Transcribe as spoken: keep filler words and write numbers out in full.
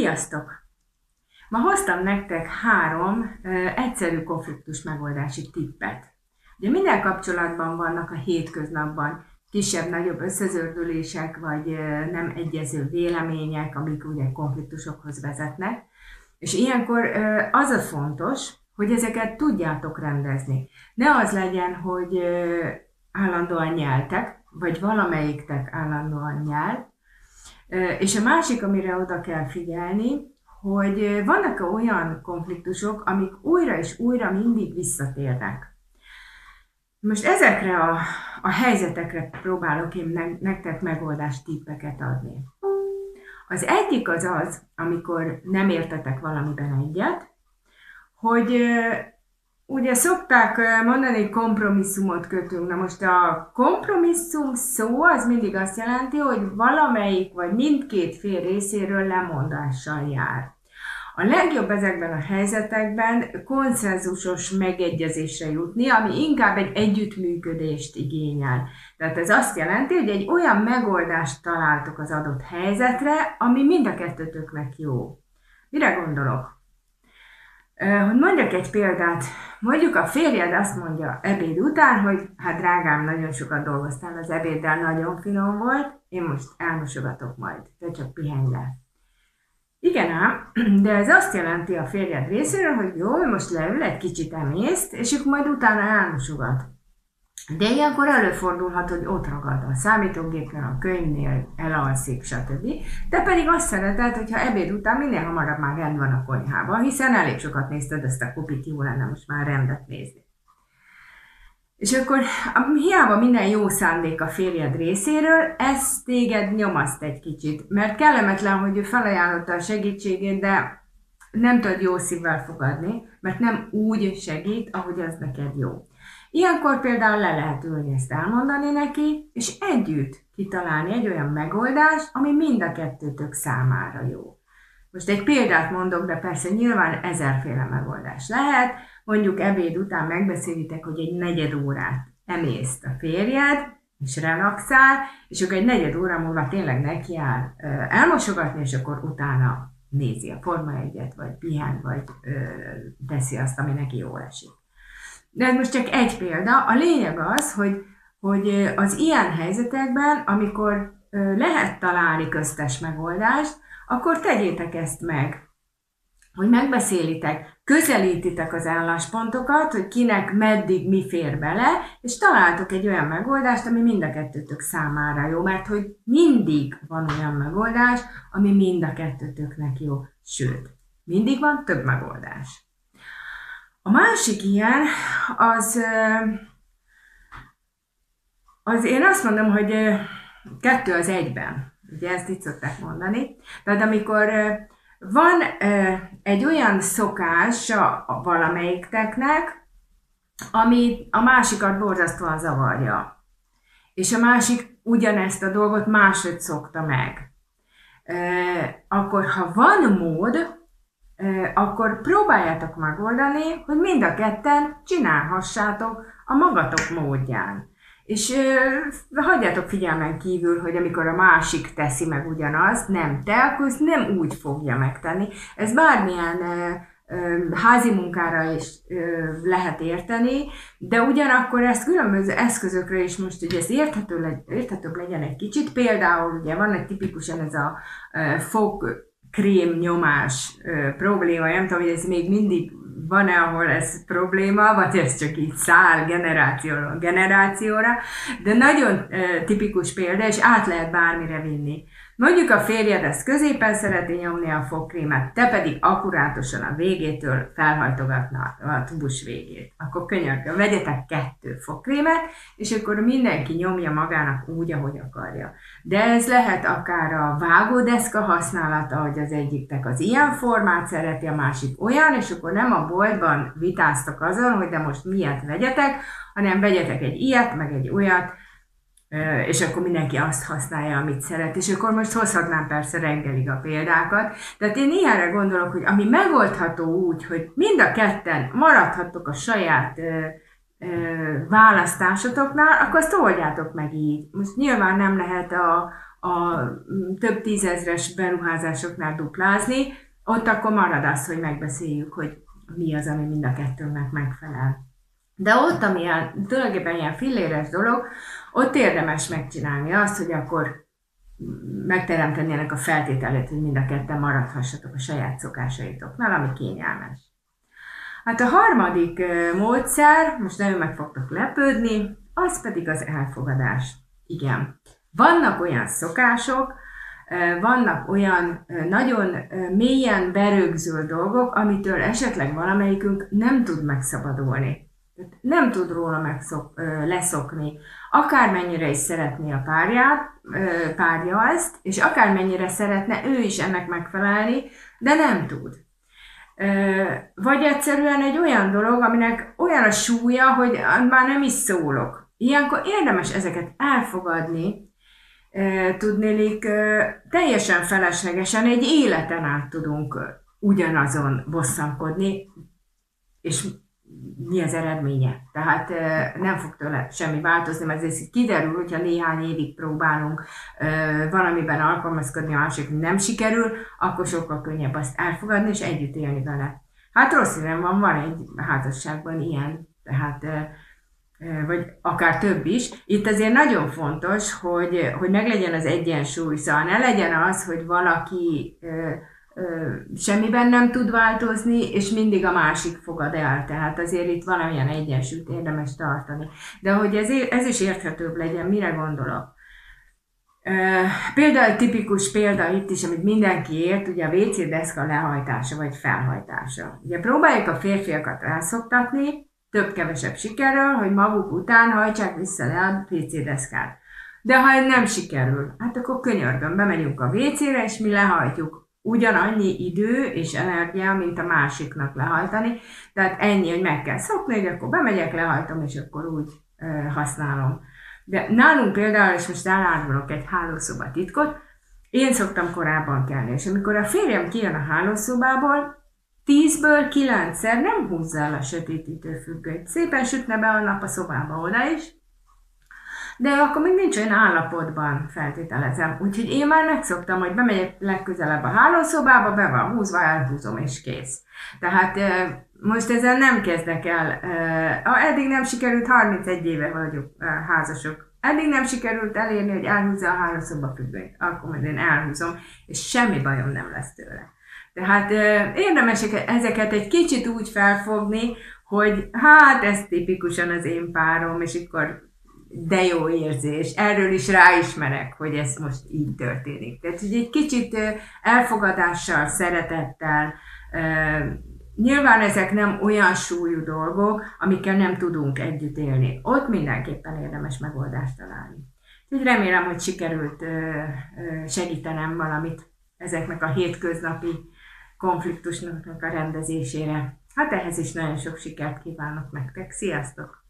Sziasztok! Ma hoztam nektek három ö, egyszerű konfliktus megoldási tippet. Ugye minden kapcsolatban vannak a hétköznapban kisebb-nagyobb összezördülések, vagy ö, nem egyező vélemények, amik ugye konfliktusokhoz vezetnek. És ilyenkor ö, az a fontos, hogy ezeket tudjátok rendezni. Ne az legyen, hogy ö, állandóan nyeltek, vagy valamelyiktek állandóan nyel. És a másik, amire oda kell figyelni, hogy vannak olyan konfliktusok, amik újra és újra mindig visszatérnek. Most ezekre a, a helyzetekre próbálok én nektek megoldást tippeket adni. Az egyik az az, amikor nem értetek valamiben egyet, hogy ugye szokták mondani, hogy kompromisszumot kötünk. Na most a kompromisszum szó az mindig azt jelenti, hogy valamelyik vagy mindkét fél részéről lemondással jár. A legjobb ezekben a helyzetekben konszenzusos megegyezésre jutni, ami inkább egy együttműködést igényel. Tehát ez azt jelenti, hogy egy olyan megoldást találtok az adott helyzetre, ami mind a kettőtöknek jó. Mire gondolok? Hogy mondjak egy példát, mondjuk a férjed azt mondja ebéd után, hogy hát drágám, nagyon sokat dolgoztál az ebéddel, nagyon finom volt, én most elmosogatok majd, te csak pihenj le. Igen ám, de ez azt jelenti a férjed részéről, hogy jó, most leül, egy kicsit emészt, és akkor majd utána elmosogat. De ilyenkor előfordulhat, hogy ott ragad a számítógépnél, a könyvnél, elalszik, stb. Te pedig azt szereted, hogyha ebéd után minél hamarabb már rend van a konyhában, hiszen elég sokat nézted ezt a kopit, jó lenne most már rendet nézni. És akkor hiába minden jó szándék a férjed részéről, ez téged nyomaszt egy kicsit, mert kellemetlen, hogy ő felajánlotta a segítségét, de nem tudod jó szívvel fogadni, mert nem úgy segít, ahogy az neked jó. Ilyenkor például le lehet ülni ezt elmondani neki, és együtt kitalálni egy olyan megoldást, ami mind a kettőtök számára jó. Most egy példát mondok, de persze nyilván ezerféle megoldás lehet. Mondjuk ebéd után megbeszélitek, hogy egy negyed órát emészt a férjed, és relaxál, és akkor egy negyed óra múlva tényleg nekiáll elmosogatni, és akkor utána nézi a Forma egyet, vagy pihen, vagy ö, teszi azt, ami neki jól esik. De ez most csak egy példa. A lényeg az, hogy, hogy az ilyen helyzetekben, amikor lehet találni köztes megoldást, akkor tegyétek ezt meg, hogy megbeszélitek, közelítitek az álláspontokat, hogy kinek meddig mi fér bele, és találtok egy olyan megoldást, ami mind a kettőtök számára jó, mert hogy mindig van olyan megoldás, ami mind a kettőtöknek jó, sőt, mindig van több megoldás. A másik ilyen, az, az én azt mondom, hogy kettő az egyben. Ugye ezt így szokták mondani. Tehát amikor van egy olyan szokás valamelyikteknek, ami a másikat borzasztóan zavarja. És a másik ugyanezt a dolgot máshogy szokta meg. Akkor ha van mód, akkor próbáljátok megoldani, hogy mind a ketten csinálhassátok a magatok módján. És ö, hagyjátok figyelmen kívül, hogy amikor a másik teszi meg ugyanazt, nem te, akkor ezt nem úgy fogja megtenni. Ez bármilyen ö, ö, házi munkára is ö, lehet érteni, de ugyanakkor ezt különböző eszközökre is most, hogy ez érthető, legy, érthetőbb legyen egy kicsit. Például ugye van egy tipikusan ez a ö, fog krém nyomás ö, probléma, nem tudom, hogy ez még mindig van-e, ahol ez probléma, vagy ez csak így száll generációra generációra, de nagyon ö, tipikus példa, és át lehet bármire vinni. Mondjuk a férjed ezt középen szereti nyomni a fogkrémet, te pedig akkurátusan a végétől felhajtogatna a tubus végét. Akkor könyörgöm, vegyetek kettő fogkrémet, és akkor mindenki nyomja magának úgy, ahogy akarja. De ez lehet akár a vágódeszka használata, hogy az egyiktek az ilyen formát szereti, a másik olyan, és akkor nem a boltban vitáztok azon, hogy de most milyet vegyetek, hanem vegyetek egy ilyet, meg egy olyat, és akkor mindenki azt használja, amit szeret, és akkor most hozhatnám persze reggelig a példákat. Tehát én ilyenre gondolok, hogy ami megoldható úgy, hogy mind a ketten maradhattok a saját választásotoknál, akkor azt oldjátok meg így. Most nyilván nem lehet a, a több tízezres beruházásoknál duplázni, ott akkor marad az, hogy megbeszéljük, hogy mi az, ami mind a kettőnknek megfelel. De ott, ami ilyen, tulajdonképpen ilyen filléres dolog, ott érdemes megcsinálni azt, hogy akkor megteremteni ennek a feltételét, hogy mind a ketten maradhassatok a saját szokásaitoknál, ami kényelmes. Hát a harmadik módszer, most nagyon meg fogtok lepődni, az pedig az elfogadás. Igen. Vannak olyan szokások, vannak olyan nagyon mélyen berögzült dolgok, amitől esetleg valamelyikünk nem tud megszabadulni. Nem tud róla megszok, leszokni. Akármennyire is szeretné a párját, párja ezt, és akármennyire szeretne ő is ennek megfelelni, de nem tud. Vagy egyszerűen egy olyan dolog, aminek olyan a súlya, hogy már nem is szólok. Ilyenkor érdemes ezeket elfogadni, tudnélik, teljesen feleslegesen egy életen át tudunk ugyanazon bosszankodni, és mi az eredménye. Tehát nem fog tőle semmi változni, mert ez kiderül, hogyha néhány évig próbálunk valamiben alkalmazkodni, a másik nem sikerül, akkor sokkal könnyebb azt elfogadni, és együtt élni vele. Hát rossz hírem van, van egy házasságban ilyen, tehát vagy akár több is. Itt azért nagyon fontos, hogy, hogy meglegyen az egyensúly, szóval ne legyen az, hogy valaki semmiben nem tud változni, és mindig a másik fogad el. Tehát azért itt valamilyen egyensúlyt érdemes tartani. De hogy ez, ez is érthetőbb legyen, mire gondolok? Például egy tipikus példa itt is, amit mindenki ért, ugye a vé cé deszka lehajtása vagy felhajtása. Ugye próbáljuk a férfiakat elszoktatni, több-kevesebb sikerrel, hogy maguk után hajtsák vissza le a vé cé deszkát. De ha nem sikerül, hát akkor könyörgöm, bemegyünk a vé cére, és mi lehajtjuk. Ugyanannyi idő és energia, mint a másiknak lehajtani. Tehát ennyi, hogy meg kell szokni, hogy akkor bemegyek, lehajtom, és akkor úgy e, használom. De nálunk például, és most elárulok egy hálószoba titkot, én szoktam korábban kelni, és amikor a férjem kijön a hálószobából, tízből kilencszer nem húzza el a sötétítő függönyt. Szépen sütne be a nap a szobába oda is, de akkor még nincs olyan állapotban, feltételezem. Úgyhogy én már megszoktam, hogy bemegyek legközelebb a hálószobába, be van húzva, elhúzom és kész. Tehát most ezzel nem kezdek el. Eddig nem sikerült, harmincegy éve vagyok házasok. Eddig nem sikerült elérni, hogy elhúzza a hálószoba függönyt. Akkor majd én elhúzom, és semmi bajom nem lesz tőle. Tehát érdemes ezeket egy kicsit úgy felfogni, hogy hát ez tipikusan az én párom, és akkor de jó érzés. Erről is ráismerek, hogy ez most így történik. Tehát, hogy egy kicsit elfogadással, szeretettel, nyilván ezek nem olyan súlyú dolgok, amikkel nem tudunk együtt élni. Ott mindenképpen érdemes megoldást találni. Úgyhogy remélem, hogy sikerült segítenem valamit ezeknek a hétköznapi konfliktusnak a rendezésére. Hát ehhez is nagyon sok sikert kívánok nektek. Sziasztok!